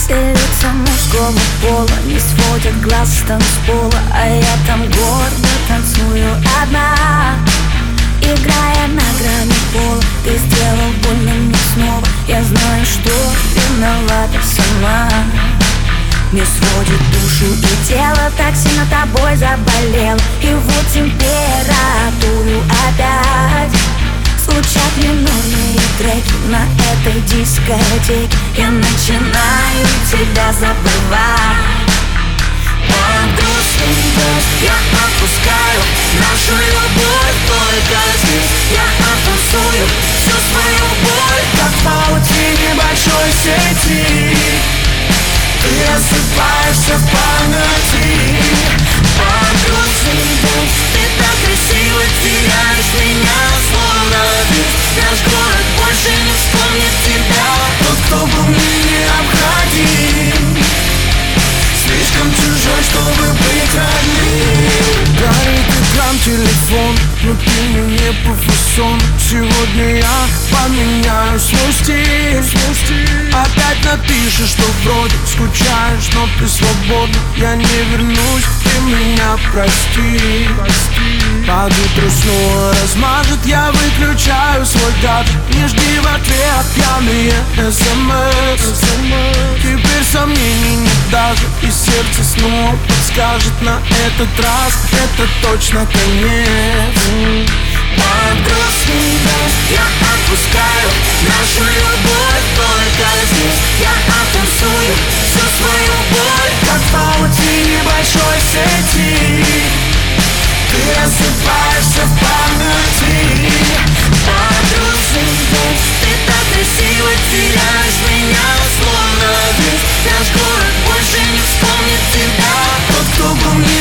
Все лица мужского пола не сводят глаз с танцпола, а я там гордо танцую одна. Играя на грани пола, ты сделал больно мне снова. Я знаю, что виновата сама. Не сводит душу и тело, так сильно тобой заболел. И вот температуру опять. Звучат минорные треки на этой дискотеке. Я начинаю тебя забывать. Под грустный дождь я отпускаю нашу любовь только здесь. Я оттанцую всю свою боль, как в паутине большой сети. Ты рассыпаешься в памяти. Под грустный дождь ты так красиво теряешь меня, словно здесь. Наш город больше не вспомнит тебя. Тот, кто был мне необходим, слишком чужой, чтобы быть родным. Горит экран телефон, но ты мне не по фасону. Сегодня я поменяю свой стиль. Опять напишешь, что вроде скучаешь, но ты свободна. Я не вернусь, ты меня прости. Под утро снова размажет, я выключаю свой гаджет. Не жди в ответ пьяные СМС. Теперь сомнений нет даже, и сердце снова подскажет на этот раз. Это точно конец. Под грустный дождь я отпускаю нашу любовь только здесь. Я оттанцую всю свою боль, как в паутине большой сети. Ты рассыпаешься в памяти. Под грустный дождь ты так красиво теряешь меня, словно здесь. Наш город больше не вспомнит тебя. Тот, кто был мне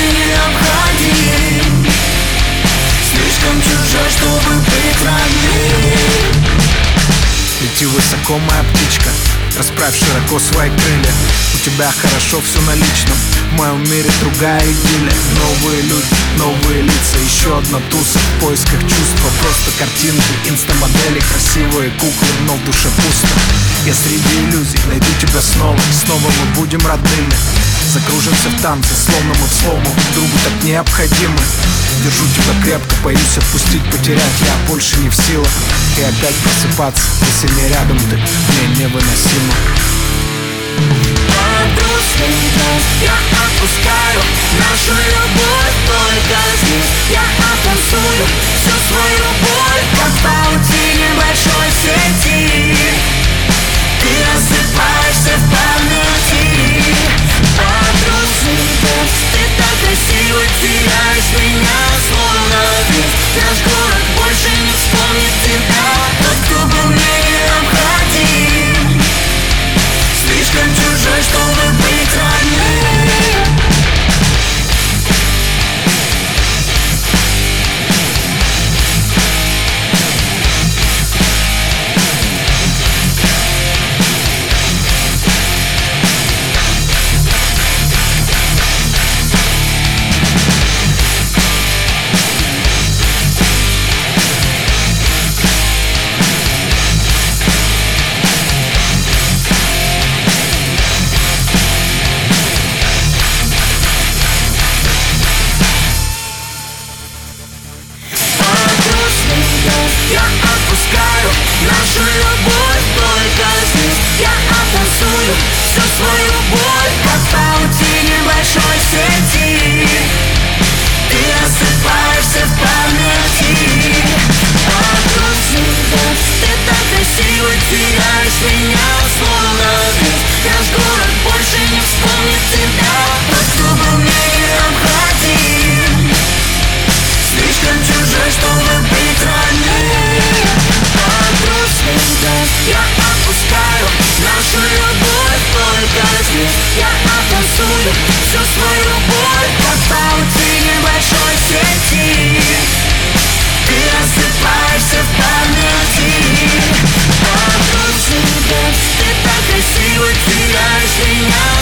необходим, слишком чужой, чтобы быть родным. Лети высоко, моя птичка, расправь широко свои крылья. У тебя хорошо все на личном, в моем мире другая идиллия. Новые люди, новые лица, еще одна туса в поисках чувства. Просто картинки, инстамодели, красивые куклы, но в душе пусто. Я среди иллюзий найду тебя снова, снова мы будем родными. Закружимся в танце, словно мы в слому, другу так необходимы. Держу тебя крепко, боюсь отпустить, потерять я больше не в силах. И опять просыпаться, если не рядом ты, мне невыносимо. Под грустный дождь я отпускаю нашу любовь только здесь. Я оттанцую всю свою боль, как в паутине большой сети. Ты рассыпаешься в памяти. Под грустный дождь ты так красиво теряешь меня, словно здесь. Наш город больше не вспомнит тебя. Тот, кто был мне необходим, слишком чужой, чтобы быть родным. Я отпускаю нашу любовь только здесь. Я оттанцую всю свою боль, как в паутине большой сети. Ты рассыпаешься в памяти. Под грустный дождь ты так красиво теряешь меня, словно здесь. Наш город больше не вспомнит тебя. Тот, кто был мне необходим, слишком чужой, чтобы быть родным. Под грустный дождь я отпускаю нашу любовь только здесь. Я оттанцую всю свою боль, как в паутине большой сети. Ты рассыпаешься в памяти. Под грустный дождь ты так красиво теряешь меня.